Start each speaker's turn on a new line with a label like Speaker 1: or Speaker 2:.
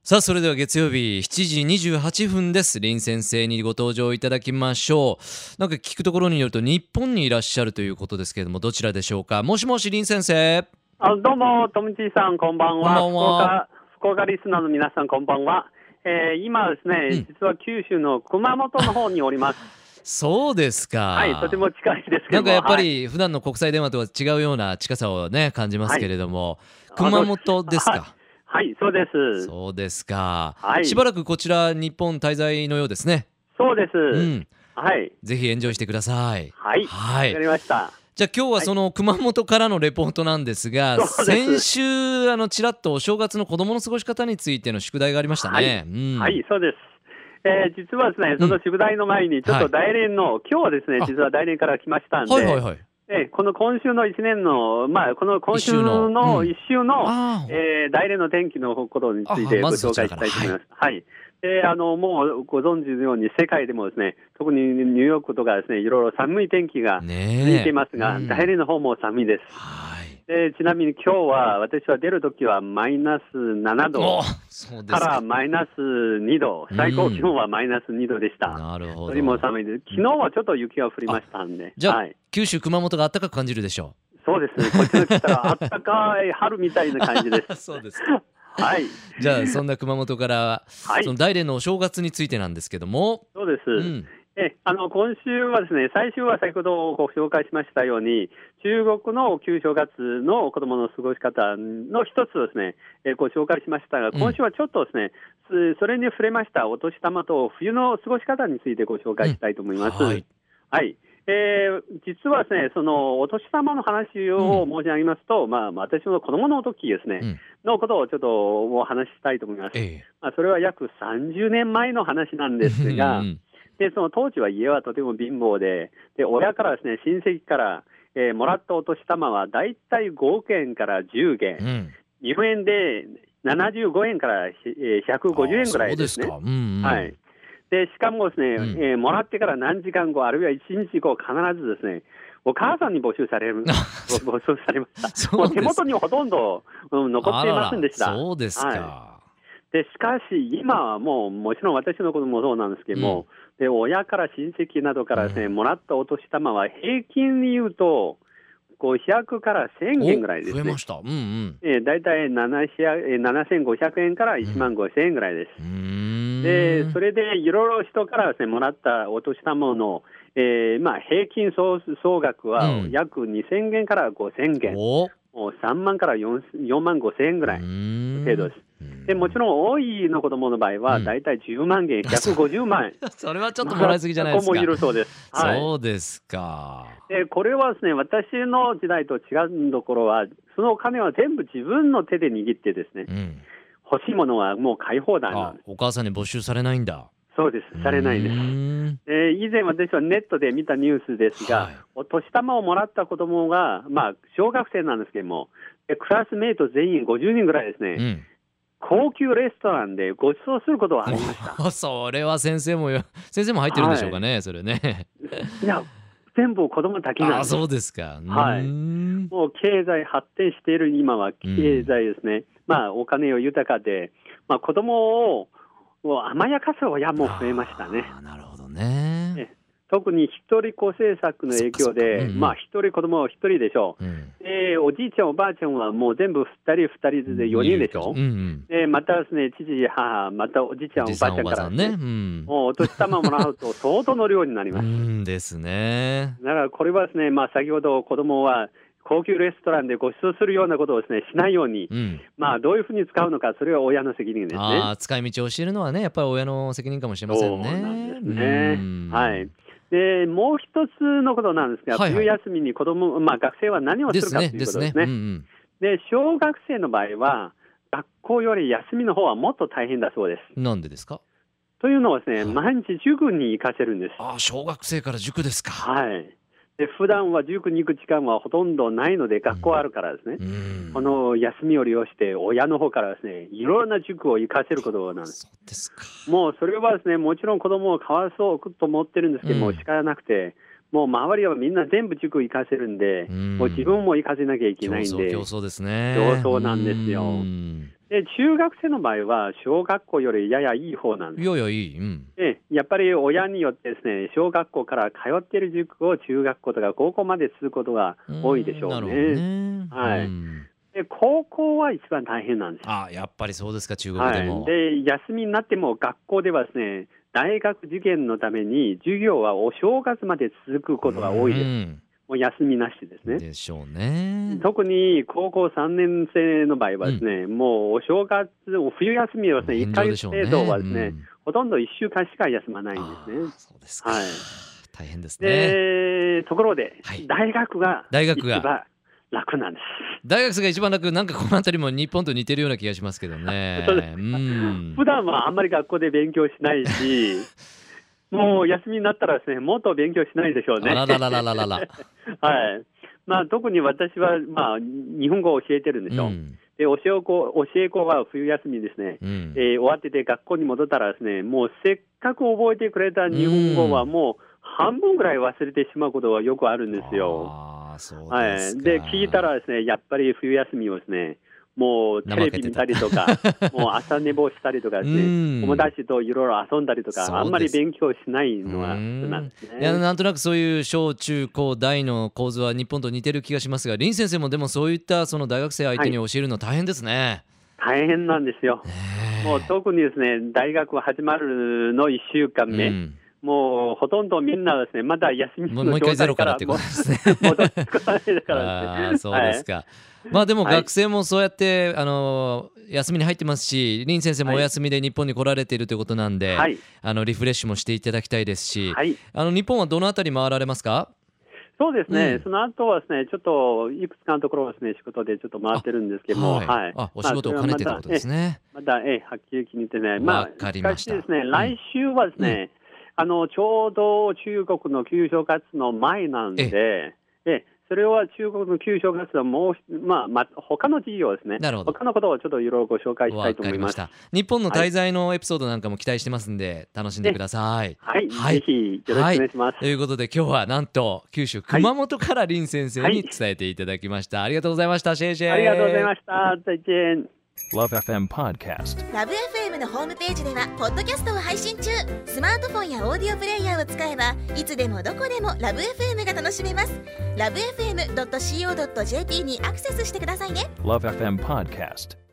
Speaker 1: さあ、それでは月曜日7時28分です。林先生にご登場いただきましょう。なんか聞くところによると日本にいらっしゃるということですけれども、どちらでしょうか。もしもし林先生。
Speaker 2: どうも、トムチーさん、こんばんは。
Speaker 1: こんばんは。
Speaker 2: 福岡リスナーの皆さん、こんばんは。今ですね、実は九州の熊本の方におります。
Speaker 1: そうですか。
Speaker 2: はい、とても近いですけども。
Speaker 1: なんかやっぱり普段の国際電話とは違うような近さをね感じますけれども、熊本ですか。
Speaker 2: はい、そうです。
Speaker 1: そうですか。
Speaker 2: はい。
Speaker 1: しばらくこちら日本滞在のようですね。
Speaker 2: そうです。はい。
Speaker 1: ぜひエンジョイしてください。
Speaker 2: はい。わかりました。
Speaker 1: じゃあ今日はその熊本からのレポートなんですが、先週ちらっとお正月の子どもの過ごし方についての宿題がありましたね。
Speaker 2: はい、そうです。実はですね、その宿題の前にちょっと大連の、今日はですね、実は大連から来ましたんで、この今週の1年の、この今週の1週の大連の天気のことについてご紹介したいと思います。はい。もうご存知のように世界でもですね、特にニューヨークとかですね、いろいろ寒い天気が続いていますが、大連の方も寒いです。ちなみに今日は私は出るときはマイナス7度からマイナス2度、最高気温はマイナス2度でした。
Speaker 1: なるほど。
Speaker 2: それも寒いです。昨日はちょっと雪が降りましたんで。
Speaker 1: じゃあ、九州熊本が暖かく感じるでしょ
Speaker 2: う。そうですね。こっちの来たら暖かい春みたいな感じです。
Speaker 1: そうですか。
Speaker 2: はい。
Speaker 1: じゃあそんな熊本から、その大連のお正月についてなんですけども。
Speaker 2: そうです。今週はですね、最終は先ほどご紹介しましたように、中国の旧正月の子どもの過ごし方の一つをですね、ご紹介しましたが、今週はちょっとですね、それに触れましたお年玉と冬の過ごし方についてご紹介したいと思います。はい。実はですね、そのお年玉の話を申し上げますと、私の子供の時ですね、のことをちょっとお話ししたいと思います。それは約30年前の話なんですが、でその当時は家はとても貧乏で、親からですね、親戚から、もらったお年玉はだいたい5元から10元、日本円で75円から150円ぐらいですね。はい。でしかもですね、もらってから何時間後、あるいは1日後、必ずですね、お母さんに募集されました。もう手元にほとんど、残っていませんでした。
Speaker 1: そうですか。
Speaker 2: でしかし今はもちろん私のこともそうなんですけども、で親から親戚などからですね、もらったお年玉は平均に言うと500から1000元ぐらいですね。
Speaker 1: 増えました。
Speaker 2: だいたい7500円から1万5000円ぐらいです。でそれでいろいろ人からですね、もらったお年玉の、平均総額は約2000元から5000元、3万から4万5000円ぐらい程度です。でもちろん多いの子供の場合はだいたい10万元、150万円
Speaker 1: それはちょっともらいすぎじゃないですか。
Speaker 2: 子もいるそうです。
Speaker 1: そうですか。
Speaker 2: これはですね、私の時代と違うところは、そのお金は全部自分の手で握ってですね、欲しいものはもう買い放題なんです。
Speaker 1: お母さんに募集されないんだ。
Speaker 2: そうです、されないんです。以前私はネットで見たニュースですが、お年玉をもらった子供が、小学生なんですけども、クラスメート全員50人ぐらいですね、高級レストランでご馳走することがありました。
Speaker 1: それは先生も入ってるんでしょうかね、それね。
Speaker 2: いや、全部子供だけなんです。
Speaker 1: そうですか。
Speaker 2: もう経済発展している今は経済ですね、お金を豊かで、子供を甘やかす親も増えましたね。
Speaker 1: なるほどね。
Speaker 2: 特に一人子政策の影響で、一人子供は一人でしょう。おじいちゃんおばあちゃんはもう全部2人ずつで4人でしょ。またですね、父母、またおじいちゃんおばあちゃんからね、もうお年玉もらうと相当の量になります。
Speaker 1: ですね。
Speaker 2: だからこれはですね、先ほど子供は高級レストランでご馳走するようなことをですね、しないように、どういうふうに使うのか、それは親の責任ですね。
Speaker 1: 使い道を教えるのはね、やっぱり親の責任かもしれませんね。
Speaker 2: そうなんですね。はい。でもう一つのことなんですが、冬休みに子供、学生は何をするかということですね。で小学生の場合は学校より休みの方はもっと大変だそうです。
Speaker 1: なんでですか？
Speaker 2: というのはですね、毎日塾に行かせるんです。
Speaker 1: 小学生から塾ですか。
Speaker 2: で普段は塾に行く時間はほとんどないので、学校あるからですね、この休みを利用して親の方からですね、いろんな塾を行かせることなんです。
Speaker 1: そうですか。
Speaker 2: もうそれはですね、もちろん子供をかわそうと思ってるんですけども、仕方なくて、もう周りはみんな全部塾行かせるんで、もう自分も行かせなきゃいけないんで、
Speaker 1: 競争ですね。
Speaker 2: 競争なんですよ。 で中学生の場合は小学校よりややいい方なんです。
Speaker 1: いやいい、
Speaker 2: やっぱり親によってですね、小学校から通っている塾を中学校とか高校まで続くことが多いでしょうね。
Speaker 1: なるほどね。
Speaker 2: はい。で高校は一番大変なんです。
Speaker 1: やっぱりそうですか、中国でも。
Speaker 2: で休みになっても学校ではですね、大学受験のために授業はお正月まで続くことが多いです。もう休みなしですね。
Speaker 1: でしょうね。
Speaker 2: 特に高校3年生の場合はですね、もうお正月、冬休みはですね、1ヶ月程度はですね、ほとんど1週間しか休まないんですね。
Speaker 1: そうですか。大変ですね。
Speaker 2: ところで、大学が一番楽なんです。
Speaker 1: 大学が一番楽、なんかこのあたりも日本と似てるような気がしますけどね。
Speaker 2: 普段はあんまり学校で勉強しないし、もう休みになったらですね、もっと勉強しないでしょうね。はい。特に私は、日本語を教えてるんでしょ。で教え子は冬休みですね、終わってて学校に戻ったらですね、もうせっかく覚えてくれた日本語はもう半分ぐらい忘れてしまうことがよくあるんですよ。で聞いたらですね、やっぱり冬休みをですね、もうテレビ見たりとかもう朝寝坊したりとかですね、友達といろいろ遊んだりとか、あんまり勉強しないのがなんですね。
Speaker 1: いや、なんとなくそういう小中高大の構図は日本と似てる気がしますが、林先生もでもそういったその大学生相手に教えるの大変ですね。
Speaker 2: 大変なんですよ。もう特にですね、大学始まるの1週間目、もうほとんどみんなですね、まだ休みの状態から戻ってこないだからですね。
Speaker 1: そうですか。でも学生もそうやって休みに入ってますし、林先生もお休みで日本に来られているということなんで、リフレッシュもしていただきたいですし、日本はどのあたり回られますか？
Speaker 2: そうですね、その後はですね、ちょっといくつかのところをですね、仕事でちょっと回ってるんですけども、
Speaker 1: お仕事を兼ねてということですね。
Speaker 2: まだはっきり気に入ってね、
Speaker 1: わかりました。
Speaker 2: しかしですね、来週はですね、ちょうど中国の旧正月の前なんで、それは中国の旧正月はもう、他の事業ですね。他のことをちょっといろいろご紹介したいと思います。
Speaker 1: 日本の滞在のエピソードなんかも期待してますんで、楽しんでください。
Speaker 2: ぜひよろしくお願いします。
Speaker 1: ということで今日はなんと九州熊本から林先生に伝えていただきました。ありがとうございました。シェイシェイ。
Speaker 2: ありがとうございました。再見。
Speaker 3: LoveFM Podcast。LoveFM のホームページではポッドキャストを配信中。スマートフォンやオーディオプレイヤーを使えばいつでもどこでも LoveFM が楽しめます。LoveFM.co.jp にアクセスしてくださいね。LoveFM Podcast。